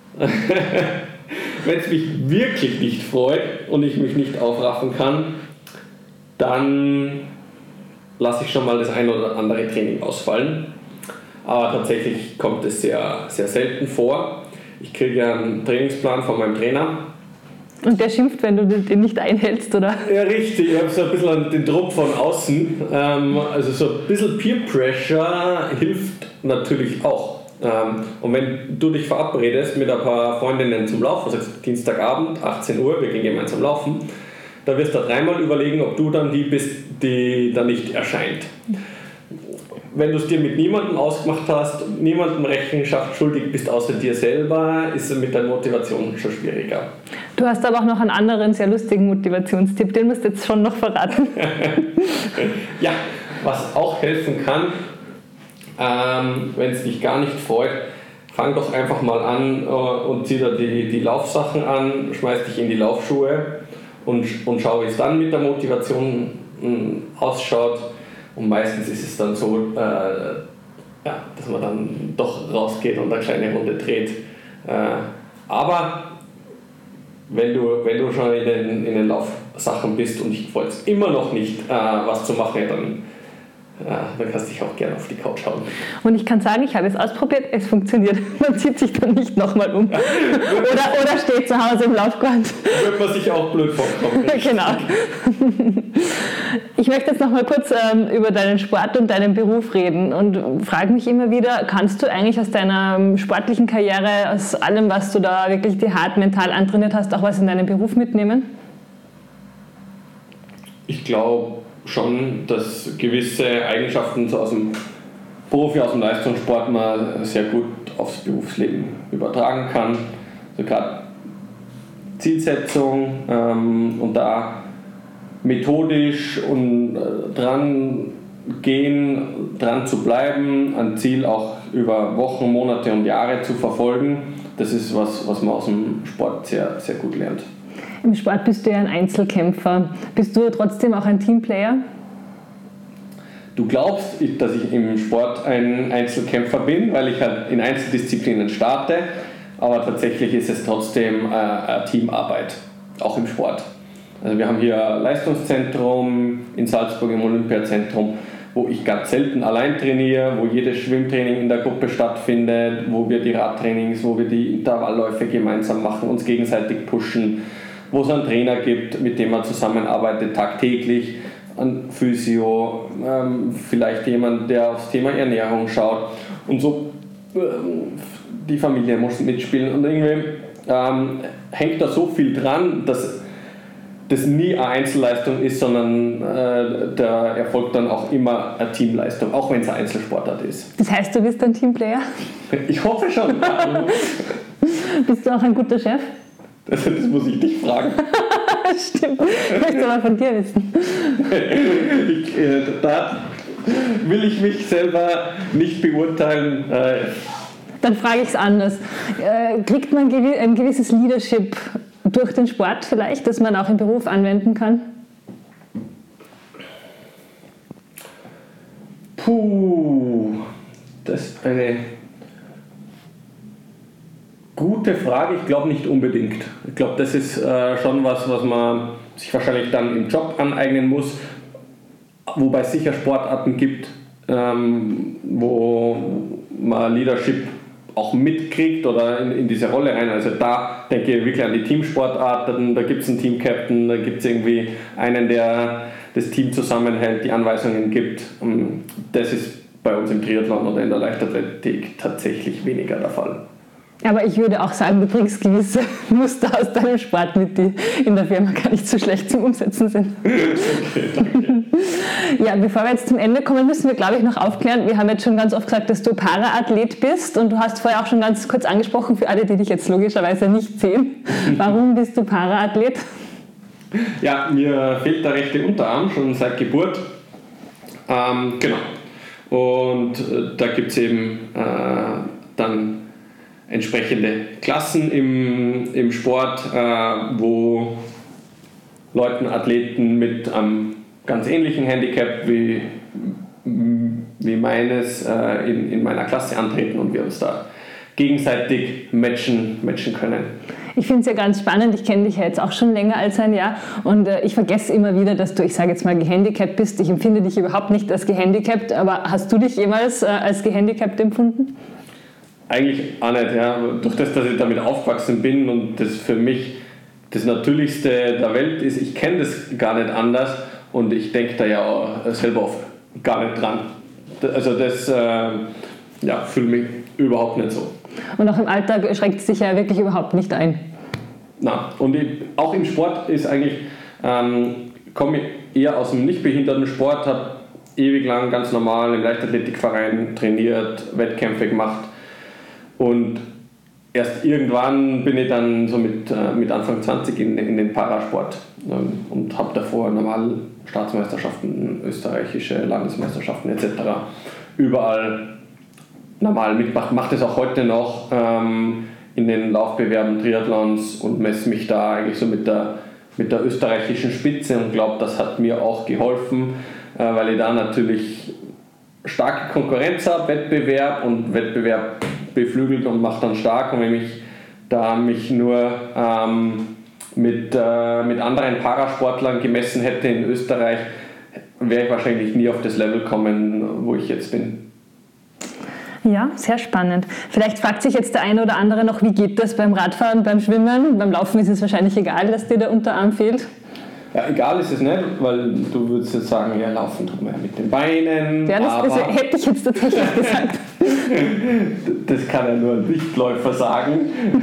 Wenn es mich wirklich nicht freut und ich mich nicht aufraffen kann, dann lasse ich schon mal das ein oder andere Training ausfallen. Aber tatsächlich kommt es sehr, sehr selten vor. Ich kriege einen Trainingsplan von meinem Trainer. Und der schimpft, wenn du den nicht einhältst, oder? Ja, richtig. Ich habe so ein bisschen den Druck von außen. Also so ein bisschen Peer Pressure hilft natürlich auch. Und wenn du dich verabredest mit ein paar Freundinnen zum Laufen, also Dienstagabend, achtzehn Uhr, wir gehen gemeinsam laufen, da wirst du dreimal überlegen, ob du dann die bist, die da nicht erscheint. Wenn du es dir mit niemandem ausgemacht hast, niemandem Rechenschaft schuldig bist außer dir selber, ist es mit deiner Motivation schon schwieriger. Du hast aber auch noch einen anderen sehr lustigen Motivationstipp, den musst du jetzt schon noch verraten. Ja, was auch helfen kann, ähm, wenn es dich gar nicht freut, fang doch einfach mal an äh, und zieh da die, die Laufsachen an, schmeiß dich in die Laufschuhe und, und schau, wie es dann mit der Motivation mh, ausschaut. Und meistens ist es dann so, äh, ja, dass man dann doch rausgeht und eine kleine Runde dreht. Äh, aber wenn du, wenn du schon in den, in den Laufsachen bist und dich freust, immer noch nicht äh, was zu machen, dann, äh, dann kannst du dich auch gerne auf die Couch hauen. Und ich kann sagen, ich habe es ausprobiert, es funktioniert. Man zieht sich dann nicht nochmal um. oder, oder steht zu Hause im Laufband. Wird man sich auch blöd vorkommen. Genau. Ich möchte jetzt noch mal kurz ähm, über deinen Sport und deinen Beruf reden und frage mich immer wieder, kannst du eigentlich aus deiner sportlichen Karriere, aus allem, was du da wirklich dir hart mental antrainiert hast, auch was in deinen Beruf mitnehmen? Ich glaube schon, dass gewisse Eigenschaften so aus dem Profi, aus dem Leistungssport man sehr gut aufs Berufsleben übertragen kann. Also gerade Zielsetzung ähm, und da methodisch und äh, dran gehen, dran zu bleiben, ein Ziel auch über Wochen, Monate und Jahre zu verfolgen, das ist was, was man aus dem Sport sehr, sehr gut lernt. Im Sport bist du ja ein Einzelkämpfer. Bist du trotzdem auch ein Teamplayer? Du glaubst, dass ich im Sport ein Einzelkämpfer bin, weil ich halt in Einzeldisziplinen starte, aber tatsächlich ist es trotzdem äh, eine Teamarbeit, auch im Sport. Also wir haben hier ein Leistungszentrum in Salzburg im Olympiazentrum, wo ich ganz selten allein trainiere, wo jedes Schwimmtraining in der Gruppe stattfindet, wo wir die Radtrainings, wo wir die Intervallläufe gemeinsam machen, uns gegenseitig pushen, wo es einen Trainer gibt, mit dem man zusammenarbeitet tagtäglich, ein Physio, ähm, vielleicht jemand, der aufs Thema Ernährung schaut und so. Ähm, die Familie muss mitspielen und irgendwie ähm, hängt da so viel dran, dass das nie eine Einzelleistung ist, sondern äh, der erfolgt dann auch immer eine Teamleistung, auch wenn es ein Einzelsportart ist. Das heißt, du bist ein Teamplayer? Ich hoffe schon. Bist du auch ein guter Chef? Das, das muss ich dich fragen. Stimmt, ich möchte aber von dir wissen. Ich, äh, da will ich mich selber nicht beurteilen. Äh, Dann frage ich es anders. Äh, kriegt man ein gewisses Leadership durch den Sport vielleicht, das man auch im Beruf anwenden kann? Puh, das ist eine gute Frage. Ich glaube nicht unbedingt. Ich glaube, das ist äh, schon was, was man sich wahrscheinlich dann im Job aneignen muss, wobei es sicher Sportarten gibt, ähm, wo man Leadership auch mitkriegt oder in, in diese Rolle rein. Also da denke ich wirklich an die Teamsportarten, da gibt es einen Team-Captain, da gibt es irgendwie einen, der das Team zusammenhält, die Anweisungen gibt. Das ist bei uns im Triathlon oder in der Leichtathletik tatsächlich weniger der Fall. Aber ich würde auch sagen, du bringst gewisse Muster aus deinem Sport mit, die in der Firma gar nicht so schlecht zum Umsetzen sind. Okay, danke. Ja, bevor wir jetzt zum Ende kommen, müssen wir, glaube ich, noch aufklären. Wir haben jetzt schon ganz oft gesagt, dass du Paraathlet bist und du hast vorher auch schon ganz kurz angesprochen, für alle, die dich jetzt logischerweise nicht sehen. Warum bist du Paraathlet? Ja, mir fehlt der rechte Unterarm schon seit Geburt. Ähm, genau. Und äh, da gibt es eben äh, dann entsprechende Klassen im, im Sport, äh, wo Leuten, Athleten mit einem ganz ähnlichen Handicap wie, wie meines äh, in, in meiner Klasse antreten und wir uns da gegenseitig matchen, matchen können. Ich finde es ja ganz spannend, ich kenne dich ja jetzt auch schon länger als ein Jahr und äh, ich vergesse immer wieder, dass du, ich sage jetzt mal, gehandicapt bist. Ich empfinde dich überhaupt nicht als gehandicapt, aber hast du dich jemals äh, als gehandicapt empfunden? Eigentlich auch nicht, ja. Durch das, dass ich damit aufgewachsen bin und das für mich das Natürlichste der Welt ist, ich kenne das gar nicht anders und ich denke da ja auch selber oft gar nicht dran. Also das äh, ja, fühlt mich überhaupt nicht so. Und auch im Alltag schränkt es dich ja wirklich überhaupt nicht ein? Nein, und ich, auch im Sport ist eigentlich, ähm, komme ich eher aus dem nicht-behinderten Sport, habe ewig lang ganz normal im Leichtathletikverein trainiert, Wettkämpfe gemacht. Und erst irgendwann bin ich dann so mit, äh, mit Anfang zwanzig in, in den Parasport ähm, und habe davor normal Staatsmeisterschaften, österreichische Landesmeisterschaften et cetera überall normal mitgemacht. Mache das auch heute noch ähm, in den Laufbewerben Triathlons und messe mich da eigentlich so mit der, mit der österreichischen Spitze und glaube, das hat mir auch geholfen, äh, weil ich da natürlich starke Konkurrenz habe, Wettbewerb und Wettbewerb beflügelt und macht dann stark. Und wenn ich da mich nur ähm, mit, äh, mit anderen Parasportlern gemessen hätte in Österreich, wäre ich wahrscheinlich nie auf das Level kommen, wo ich jetzt bin. Ja, sehr spannend. Vielleicht fragt sich jetzt der eine oder andere noch, wie geht das beim Radfahren, beim Schwimmen? Beim Laufen ist es wahrscheinlich egal, dass dir der Unterarm fehlt. Ja, egal ist es nicht, weil du würdest jetzt sagen, ja, laufen tut man ja mit den Beinen. Ja, das, aber das hätte ich jetzt tatsächlich gesagt. Das kann ja nur ein Nichtläufer sagen.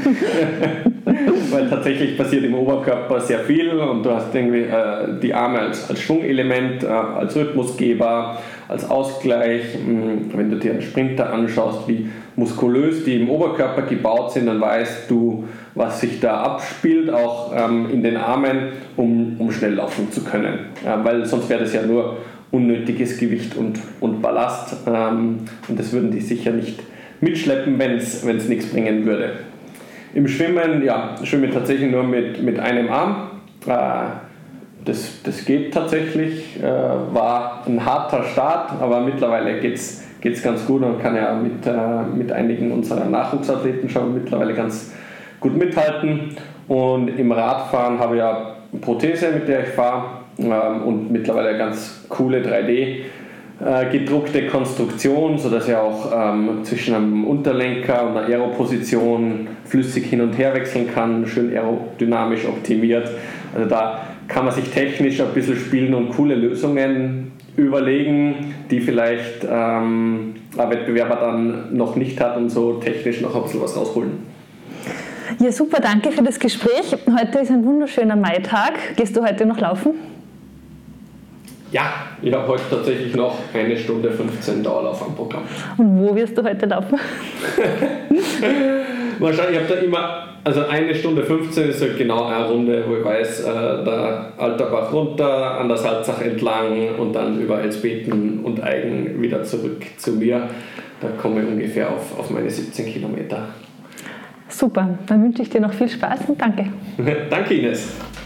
Weil tatsächlich passiert im Oberkörper sehr viel und du hast irgendwie äh, die Arme als, als Schwungelement, äh, als Rhythmusgeber, als Ausgleich. Wenn du dir einen Sprinter anschaust, wie muskulös die im Oberkörper gebaut sind, dann weißt du, was sich da abspielt, auch ähm, in den Armen, um, um schnell laufen zu können. Ja, weil sonst wäre das ja nur unnötiges Gewicht und, und Ballast ähm, und das würden die sicher nicht mitschleppen, wenn es nichts bringen würde. Im Schwimmen, ja, schwimme ich tatsächlich nur mit, mit einem Arm. Äh, das, das geht tatsächlich, äh, war ein harter Start, aber mittlerweile geht es ganz gut und kann ja mit, äh, mit einigen unserer Nachwuchsathleten schon mittlerweile ganz gut mithalten. Und im Radfahren habe ich ja eine Prothese, mit der ich fahre ähm, und mittlerweile eine ganz coole drei D äh, gedruckte Konstruktion, sodass ich auch ähm, zwischen einem Unterlenker und einer Aeroposition flüssig hin und her wechseln kann, schön aerodynamisch optimiert. Also da kann man sich technisch ein bisschen spielen und coole Lösungen überlegen, die vielleicht ähm, ein Wettbewerber dann noch nicht hat und so technisch noch ein bisschen was rausholen. Ja, super, danke für das Gespräch. Heute ist ein wunderschöner Maitag. Gehst du heute noch laufen? Ja, ich habe heute tatsächlich noch eine Stunde fünfzehn Dauerlauf am Programm. Und wo wirst du heute laufen? Wahrscheinlich, ich habe da immer, also eine Stunde fünfzehn ist halt genau eine Runde, wo ich weiß, äh, der Alterbach runter, an der Salzach entlang und dann über Elsbeten und Eigen wieder zurück zu mir. Da komme ich ungefähr auf, auf meine siebzehn Kilometer. Super, dann wünsche ich dir noch viel Spaß und danke. Danke, Ines.